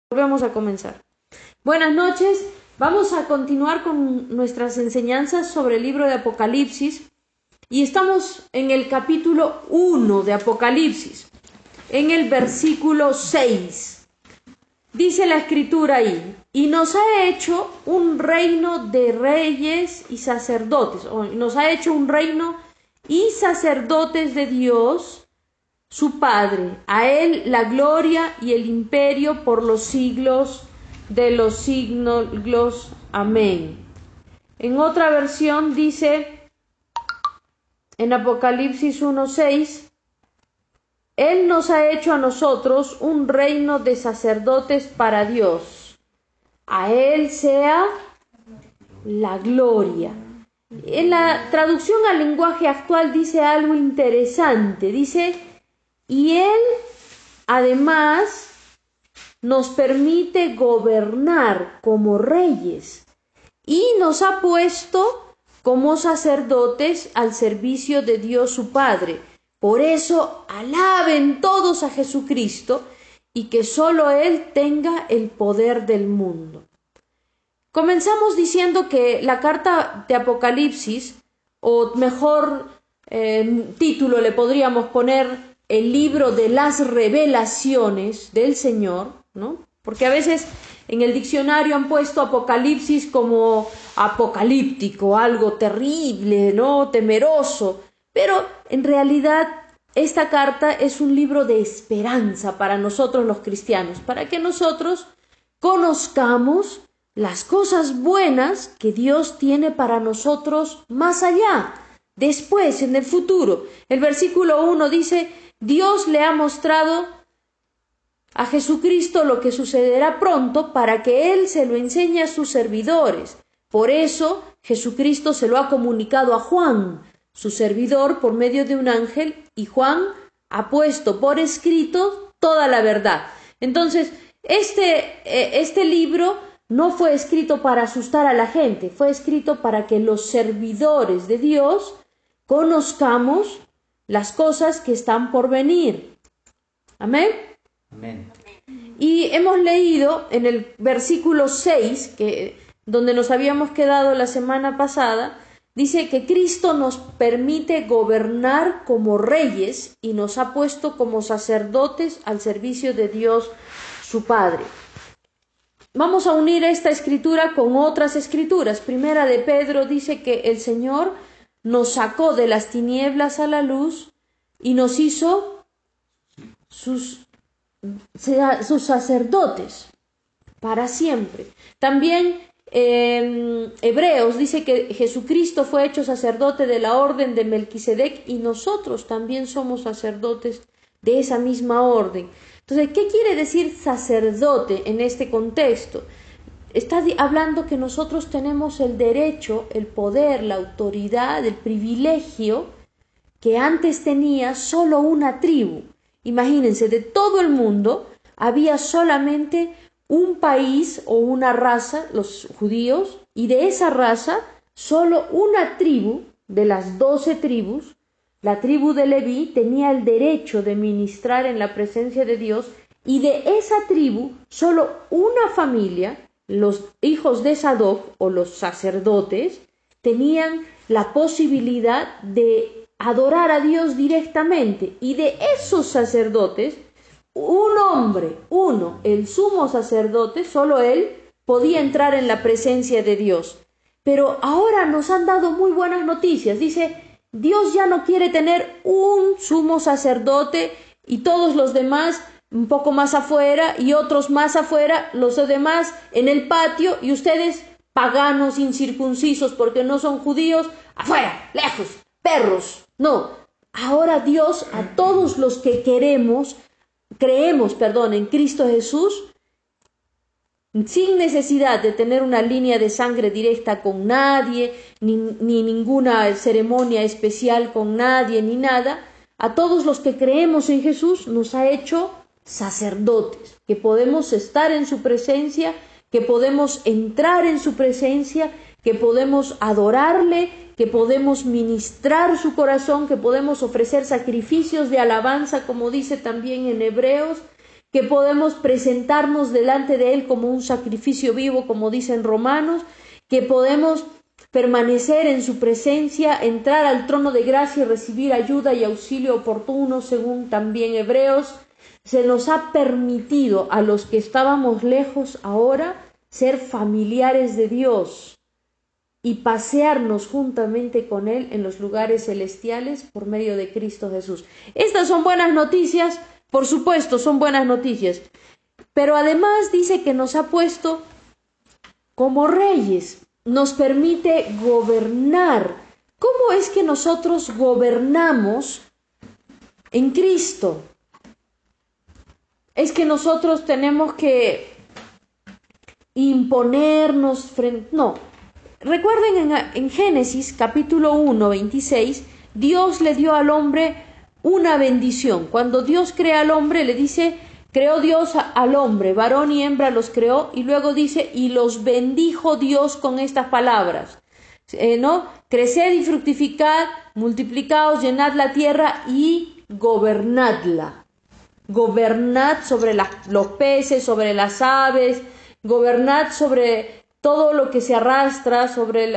Volvemos a comenzar. Buenas noches. Vamos a continuar con nuestras enseñanzas sobre el libro de Apocalipsis y estamos en el capítulo 1 de Apocalipsis, en el versículo 6. Dice la escritura ahí: y nos ha hecho un reino de reyes y sacerdotes, o nos ha hecho un reino y sacerdotes de Dios su Padre. A él la gloria y el imperio por los siglos de los siglos. Amén. En otra versión dice, en Apocalipsis 1:6, Él nos ha hecho a nosotros un reino de sacerdotes para Dios. A Él sea la gloria. En la traducción al lenguaje actual dice algo interesante. Dice: y Él además nos permite gobernar como reyes y nos ha puesto como sacerdotes al servicio de Dios su Padre. Por eso alaben todos a Jesucristo y que solo Él tenga el poder del mundo. Comenzamos diciendo que la carta de Apocalipsis, o mejor título le podríamos poner, el libro de las revelaciones del Señor, ¿no? Porque a veces en el diccionario han puesto Apocalipsis como apocalíptico, algo terrible, ¿no? Temeroso. Pero en realidad esta carta es un libro de esperanza para nosotros los cristianos, para que nosotros conozcamos las cosas buenas que Dios tiene para nosotros más allá, después, en el futuro. El versículo 1 dice: Dios le ha mostrado a Jesucristo lo que sucederá pronto para que Él se lo enseñe a sus servidores. Por eso Jesucristo se lo ha comunicado a Juan, su servidor, por medio de un ángel, y Juan ha puesto por escrito toda la verdad. Entonces, este libro no fue escrito para asustar a la gente, fue escrito para que los servidores de Dios conozcamos las cosas que están por venir. Amén. Amén. Y hemos leído en el versículo 6, donde nos habíamos quedado la semana pasada, dice que Cristo nos permite gobernar como reyes y nos ha puesto como sacerdotes al servicio de Dios su Padre. Vamos a unir esta escritura con otras escrituras. Primera de Pedro dice que el Señor nos sacó de las tinieblas a la luz y nos hizo sus sacerdotes para siempre. También Hebreos dice que Jesucristo fue hecho sacerdote de la orden de Melquisedec y nosotros también somos sacerdotes de esa misma orden. Entonces, ¿qué quiere decir sacerdote en este contexto? Está hablando que nosotros tenemos el derecho, el poder, la autoridad, el privilegio que antes tenía solo una tribu. Imagínense, de todo el mundo había solamente un país o una raza, los judíos, y de esa raza solo una tribu de las 12 tribus, la tribu de Leví, tenía el derecho de ministrar en la presencia de Dios, y de esa tribu solo una familia, los hijos de Sadoc o los sacerdotes, tenían la posibilidad de adorar a Dios directamente. Y de esos sacerdotes, un hombre, el sumo sacerdote, solo él podía entrar en la presencia de Dios. Pero ahora nos han dado muy buenas noticias. Dice: Dios ya no quiere tener un sumo sacerdote y todos los demás un poco más afuera y otros más afuera, los demás en el patio, y ustedes paganos incircuncisos porque no son judíos, afuera, lejos, perros. No, ahora Dios a todos los que creemos, en Cristo Jesús, sin necesidad de tener una línea de sangre directa con nadie, ni ninguna ceremonia especial con nadie, ni nada, a todos los que creemos en Jesús nos ha hecho sacerdotes, que podemos estar en su presencia, que podemos entrar en su presencia, que podemos adorarle, que podemos ministrar su corazón, que podemos ofrecer sacrificios de alabanza, como dice también en Hebreos, que podemos presentarnos delante de Él como un sacrificio vivo, como dicen Romanos, que podemos permanecer en su presencia, entrar al trono de gracia y recibir ayuda y auxilio oportuno, según también Hebreos. Se nos ha permitido a los que estábamos lejos ahora ser familiares de Dios y pasearnos juntamente con Él en los lugares celestiales por medio de Cristo Jesús. Estas son buenas noticias, por supuesto, son buenas noticias, pero además dice que nos ha puesto como reyes, nos permite gobernar. ¿Cómo es que nosotros gobernamos en Cristo? Es que nosotros tenemos que imponernos frente... No, recuerden en Génesis capítulo 1, 26, Dios le dio al hombre una bendición. Cuando Dios crea al hombre, le dice, creó Dios al hombre, varón y hembra los creó, y luego dice, y los bendijo Dios con estas palabras, ¿no? Creced y fructificad, multiplicaos, llenad la tierra y gobernadla. Gobernad sobre los peces, sobre las aves, gobernad sobre todo lo que se arrastra, sobre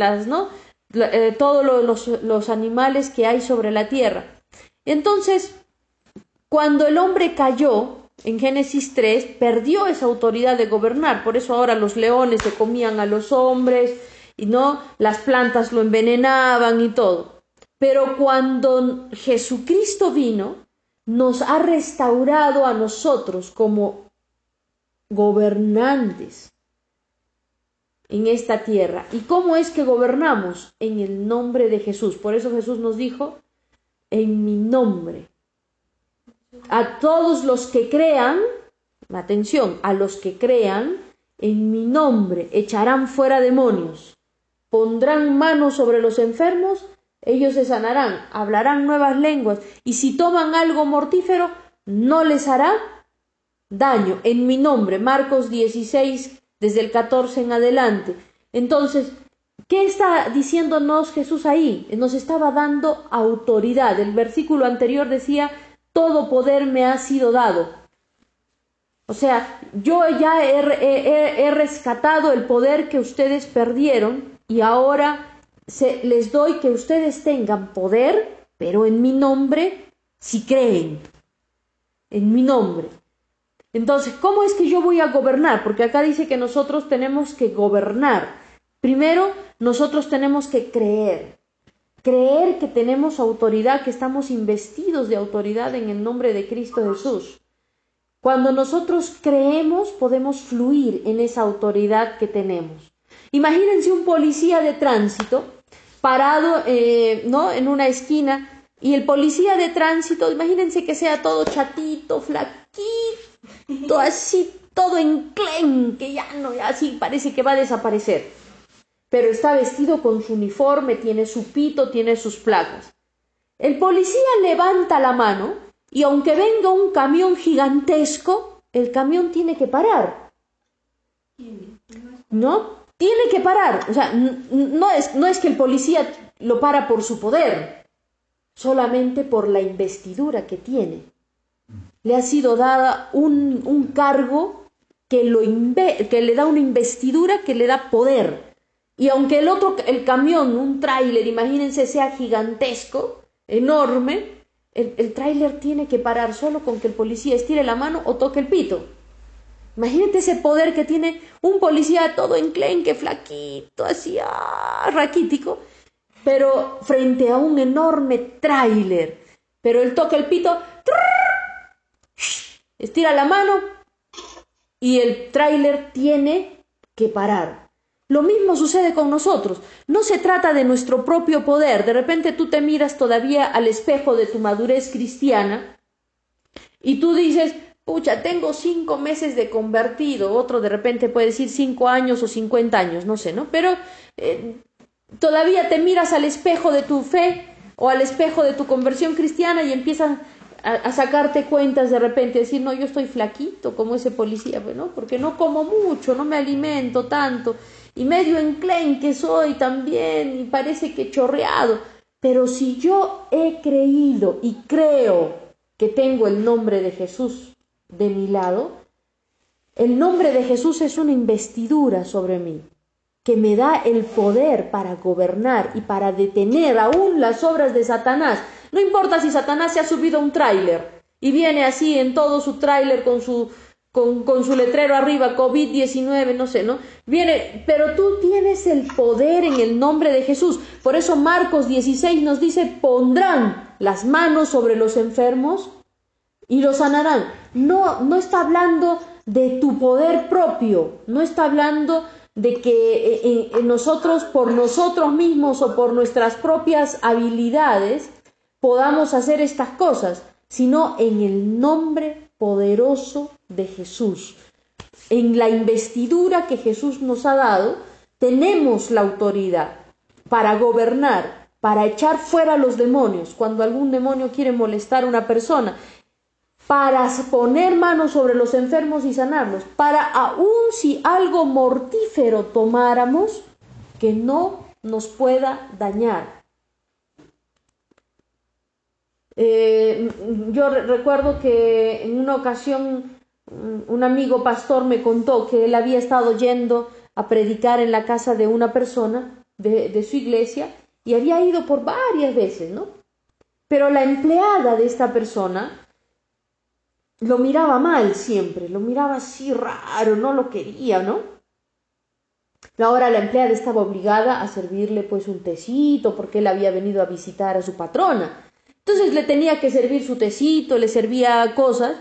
todos los animales que hay sobre la tierra. Entonces, cuando el hombre cayó, en Génesis 3, perdió esa autoridad de gobernar. Por eso ahora los leones se comían a los hombres, y no, las plantas lo envenenaban y todo. Pero cuando Jesucristo vino, nos ha restaurado a nosotros como gobernantes en esta tierra. ¿Y cómo es que gobernamos? En el nombre de Jesús. Por eso Jesús nos dijo, en mi nombre. A todos los que crean, atención, a los que crean, en mi nombre echarán fuera demonios, pondrán manos sobre los enfermos, ellos se sanarán, hablarán nuevas lenguas, y si toman algo mortífero, no les hará daño. En mi nombre, Marcos 16, desde el 14 en adelante. Entonces, ¿qué está diciéndonos Jesús ahí? Nos estaba dando autoridad. El versículo anterior decía, todo poder me ha sido dado. O sea, yo ya he rescatado el poder que ustedes perdieron y ahora les doy que ustedes tengan poder, pero en mi nombre, si creen, en mi nombre. Entonces, ¿cómo es que yo voy a gobernar? Porque acá dice que nosotros tenemos que gobernar. Primero, nosotros tenemos que creer que tenemos autoridad, que estamos investidos de autoridad en el nombre de Cristo Jesús. Cuando nosotros creemos, podemos fluir en esa autoridad que tenemos. Imagínense un policía de tránsito parado ¿no? en una esquina, y el policía de tránsito, imagínense que sea todo chatito, flaquito, así, todo enclenque, ya así parece que va a desaparecer. Pero está vestido con su uniforme, tiene su pito, tiene sus placas. El policía levanta la mano y aunque venga un camión gigantesco, el camión tiene que parar. ¿No? Tiene que parar. O sea, no es que el policía lo para por su poder, solamente por la investidura que tiene. Le ha sido dada un cargo que le da una investidura que le da poder. Y aunque el camión, un tráiler, imagínense, sea gigantesco, enorme, el tráiler tiene que parar solo con que el policía estire la mano o toque el pito. Imagínate ese poder que tiene un policía todo enclenque, flaquito, así, raquítico, pero frente a un enorme tráiler. Pero él toca el pito, estira la mano y el tráiler tiene que parar. Lo mismo sucede con nosotros. No se trata de nuestro propio poder. De repente tú te miras todavía al espejo de tu madurez cristiana y tú dices, pucha, tengo 5 meses de convertido. Otro de repente puede decir 5 años o 50 años, no sé, ¿no? Pero todavía te miras al espejo de tu fe o al espejo de tu conversión cristiana y empiezas a sacarte cuentas de repente, decir, no, yo estoy flaquito como ese policía, ¿no? Porque no como mucho, no me alimento tanto. Y medio enclenque soy también, y parece que chorreado. Pero si yo he creído y creo que tengo el nombre de Jesús, de mi lado, el nombre de Jesús es una investidura sobre mí, que me da el poder para gobernar y para detener aún las obras de Satanás. No importa si Satanás se ha subido a un tráiler y viene así en todo su tráiler con su letrero arriba, COVID-19, no sé, ¿no? Viene, pero tú tienes el poder en el nombre de Jesús. Por eso Marcos 16 nos dice, pondrán las manos sobre los enfermos y los sanarán. No está hablando de tu poder propio, no está hablando de que nosotros, por nosotros mismos o por nuestras propias habilidades, podamos hacer estas cosas, sino en el nombre poderoso de Jesús. En la investidura que Jesús nos ha dado, tenemos la autoridad para gobernar, para echar fuera a los demonios, cuando algún demonio quiere molestar a una persona, para poner manos sobre los enfermos y sanarlos, para aun si algo mortífero tomáramos, que no nos pueda dañar. Yo recuerdo que en una ocasión un amigo pastor me contó que él había estado yendo a predicar en la casa de una persona de su iglesia y había ido por varias veces, ¿no? Pero la empleada de esta persona lo miraba mal siempre, lo miraba así raro, no lo quería, ¿no? Ahora la empleada estaba obligada a servirle pues un tecito porque él había venido a visitar a su patrona. Entonces le tenía que servir su tecito, le servía cosas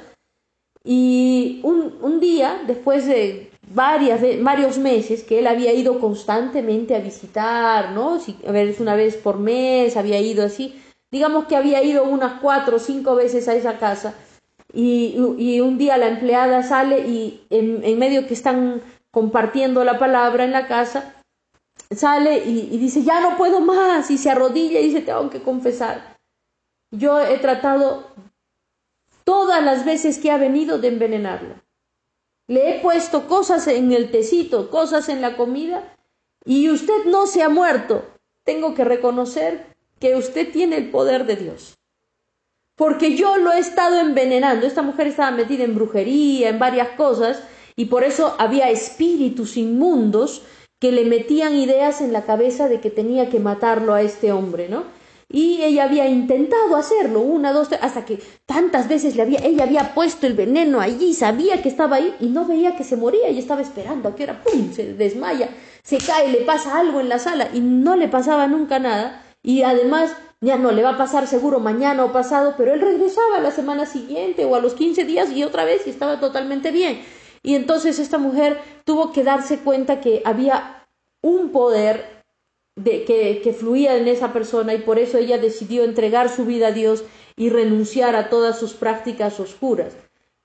y un día, después de varios meses que él había ido constantemente a visitar, ¿no? A ver, una vez por mes había ido así, digamos que había ido unas 4 o 5 veces a esa casa. Y un día la empleada sale y en medio que están compartiendo la palabra en la casa, sale y dice, ya no puedo más, y se arrodilla y dice, tengo que confesar. Yo he tratado todas las veces que ha venido de envenenarlo. Le he puesto cosas en el tecito, cosas en la comida, y usted no se ha muerto. Tengo que reconocer que usted tiene el poder de Dios. Porque yo lo he estado envenenando. Esta mujer estaba metida en brujería, en varias cosas, y por eso había espíritus inmundos que le metían ideas en la cabeza de que tenía que matarlo a este hombre, ¿no? Y ella había intentado hacerlo, 1, 2, 3, hasta que tantas veces ella había puesto el veneno allí, sabía que estaba ahí y no veía que se moría y estaba esperando a que era, ¡pum!, se desmaya, se cae, le pasa algo en la sala y no le pasaba nunca nada. Y además ya no le va a pasar seguro mañana o pasado, pero él regresaba a la semana siguiente o a los 15 días y otra vez y estaba totalmente bien. Y entonces esta mujer tuvo que darse cuenta que había un poder que fluía en esa persona y por eso ella decidió entregar su vida a Dios y renunciar a todas sus prácticas oscuras.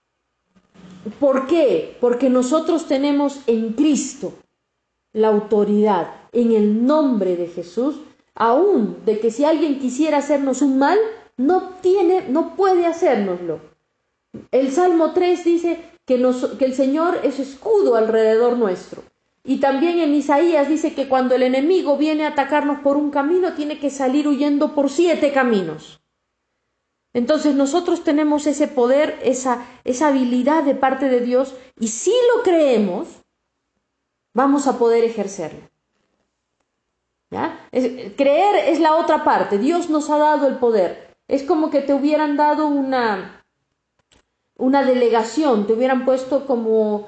¿Por qué? Porque nosotros tenemos en Cristo la autoridad, en el nombre de Jesús, aún de que si alguien quisiera hacernos un mal, no puede hacérnoslo. El Salmo 3 dice que el Señor es escudo alrededor nuestro. Y también en Isaías dice que cuando el enemigo viene a atacarnos por un camino, tiene que salir huyendo por 7 caminos. Entonces nosotros tenemos ese poder, esa habilidad de parte de Dios, y si lo creemos, vamos a poder ejercerlo. ¿Ya? Creer es la otra parte. Dios nos ha dado el poder. Es como que te hubieran dado una delegación, te hubieran puesto como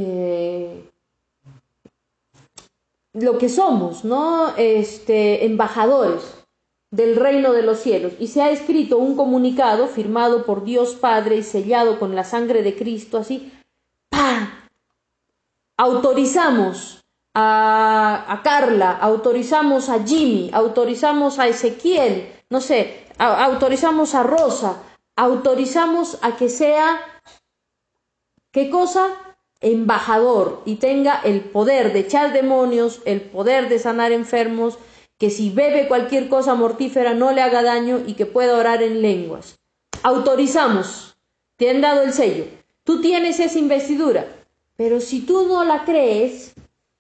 lo que somos, ¿no? Embajadores del reino de los cielos. Y se ha escrito un comunicado firmado por Dios Padre y sellado con la sangre de Cristo, así, ¡pam! Autorizamos a Carla, autorizamos a Jimmy, autorizamos a Ezequiel, no sé, autorizamos a Rosa, autorizamos a que sea, ¿qué cosa? Embajador y tenga el poder de echar demonios, el poder de sanar enfermos, que si bebe cualquier cosa mortífera no le haga daño y que pueda orar en lenguas. Autorizamos, te han dado el sello, tú tienes esa investidura, pero si tú no la crees,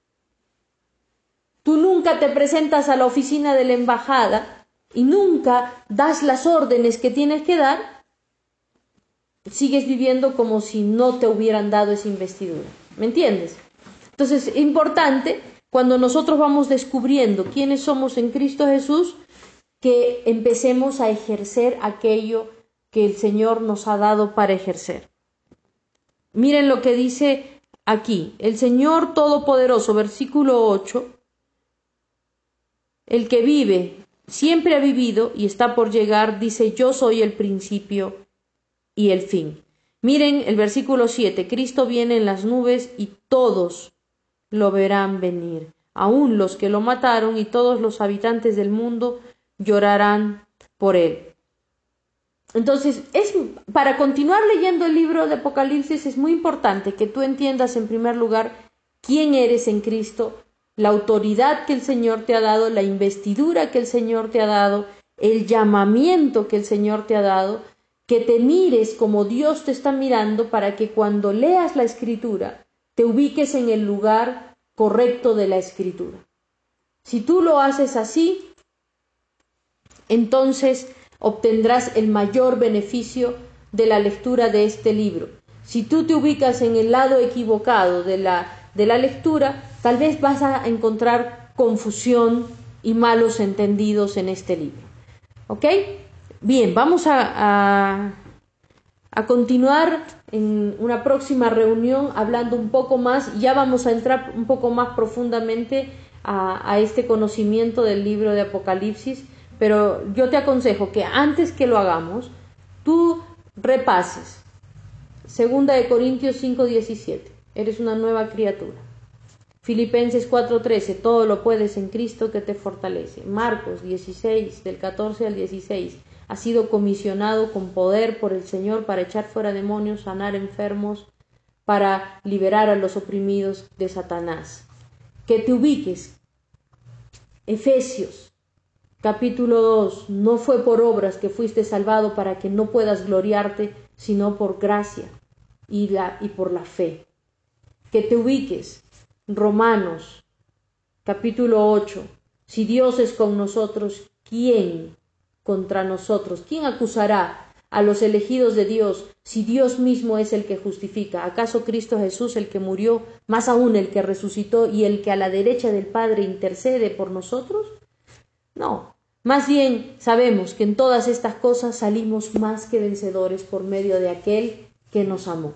tú nunca te presentas a la oficina de la embajada y nunca das las órdenes que tienes que dar, sigues viviendo como si no te hubieran dado esa investidura. ¿Me entiendes? Entonces, es importante cuando nosotros vamos descubriendo quiénes somos en Cristo Jesús, que empecemos a ejercer aquello que el Señor nos ha dado para ejercer. Miren lo que dice aquí, el Señor Todopoderoso, versículo 8, el que vive, siempre ha vivido y está por llegar, dice, yo soy el principio y el fin. Miren el versículo 7, Cristo viene en las nubes y todos lo verán venir, aun los que lo mataron y todos los habitantes del mundo llorarán por él. Entonces, para continuar leyendo el libro de Apocalipsis es muy importante que tú entiendas en primer lugar quién eres en Cristo, la autoridad que el Señor te ha dado, la investidura que el Señor te ha dado, el llamamiento que el Señor te ha dado, que te mires como Dios te está mirando para que cuando leas la Escritura te ubiques en el lugar correcto de la Escritura. Si tú lo haces así, entonces obtendrás el mayor beneficio de la lectura de este libro. Si tú te ubicas en el lado equivocado de la lectura, tal vez vas a encontrar confusión y malos entendidos en este libro. ¿Ok? Bien, vamos a continuar en una próxima reunión hablando un poco más, y ya vamos a entrar un poco más profundamente a este conocimiento del libro de Apocalipsis. Pero yo te aconsejo que antes que lo hagamos, tú repases 2 Corintios 5:17, eres una nueva criatura. Filipenses 4:13, todo lo puedes en Cristo que te fortalece. Marcos 16, del 14 al 16, has sido comisionado con poder por el Señor para echar fuera demonios, sanar enfermos, para liberar a los oprimidos de Satanás. Que te ubiques. Exésios Capítulo 2, no fue por obras que fuiste salvado para que no puedas gloriarte, sino por gracia y por la fe. Que te ubiques. Romanos, capítulo 8, si Dios es con nosotros, ¿quién contra nosotros? ¿Quién acusará a los elegidos de Dios si Dios mismo es el que justifica? ¿Acaso Cristo Jesús, el que murió, más aún el que resucitó y el que a la derecha del Padre intercede por nosotros? No, más bien sabemos que en todas estas cosas salimos más que vencedores por medio de aquel que nos amó.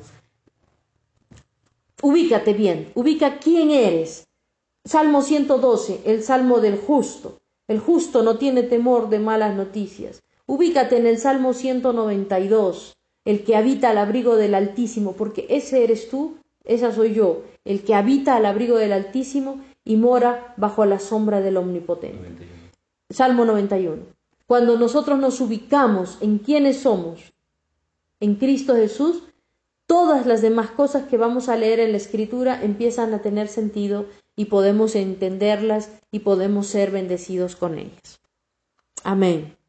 Ubícate bien, ubica quién eres. Salmo 112, el salmo del justo. El justo no tiene temor de malas noticias. Ubícate en el Salmo 192, el que habita al abrigo del Altísimo, porque ese eres tú, esa soy yo, el que habita al abrigo del Altísimo y mora bajo la sombra del Omnipotente. 91. Salmo 91. Cuando nosotros nos ubicamos en quiénes somos, en Cristo Jesús, todas las demás cosas que vamos a leer en la Escritura empiezan a tener sentido y podemos entenderlas y podemos ser bendecidos con ellas. Amén.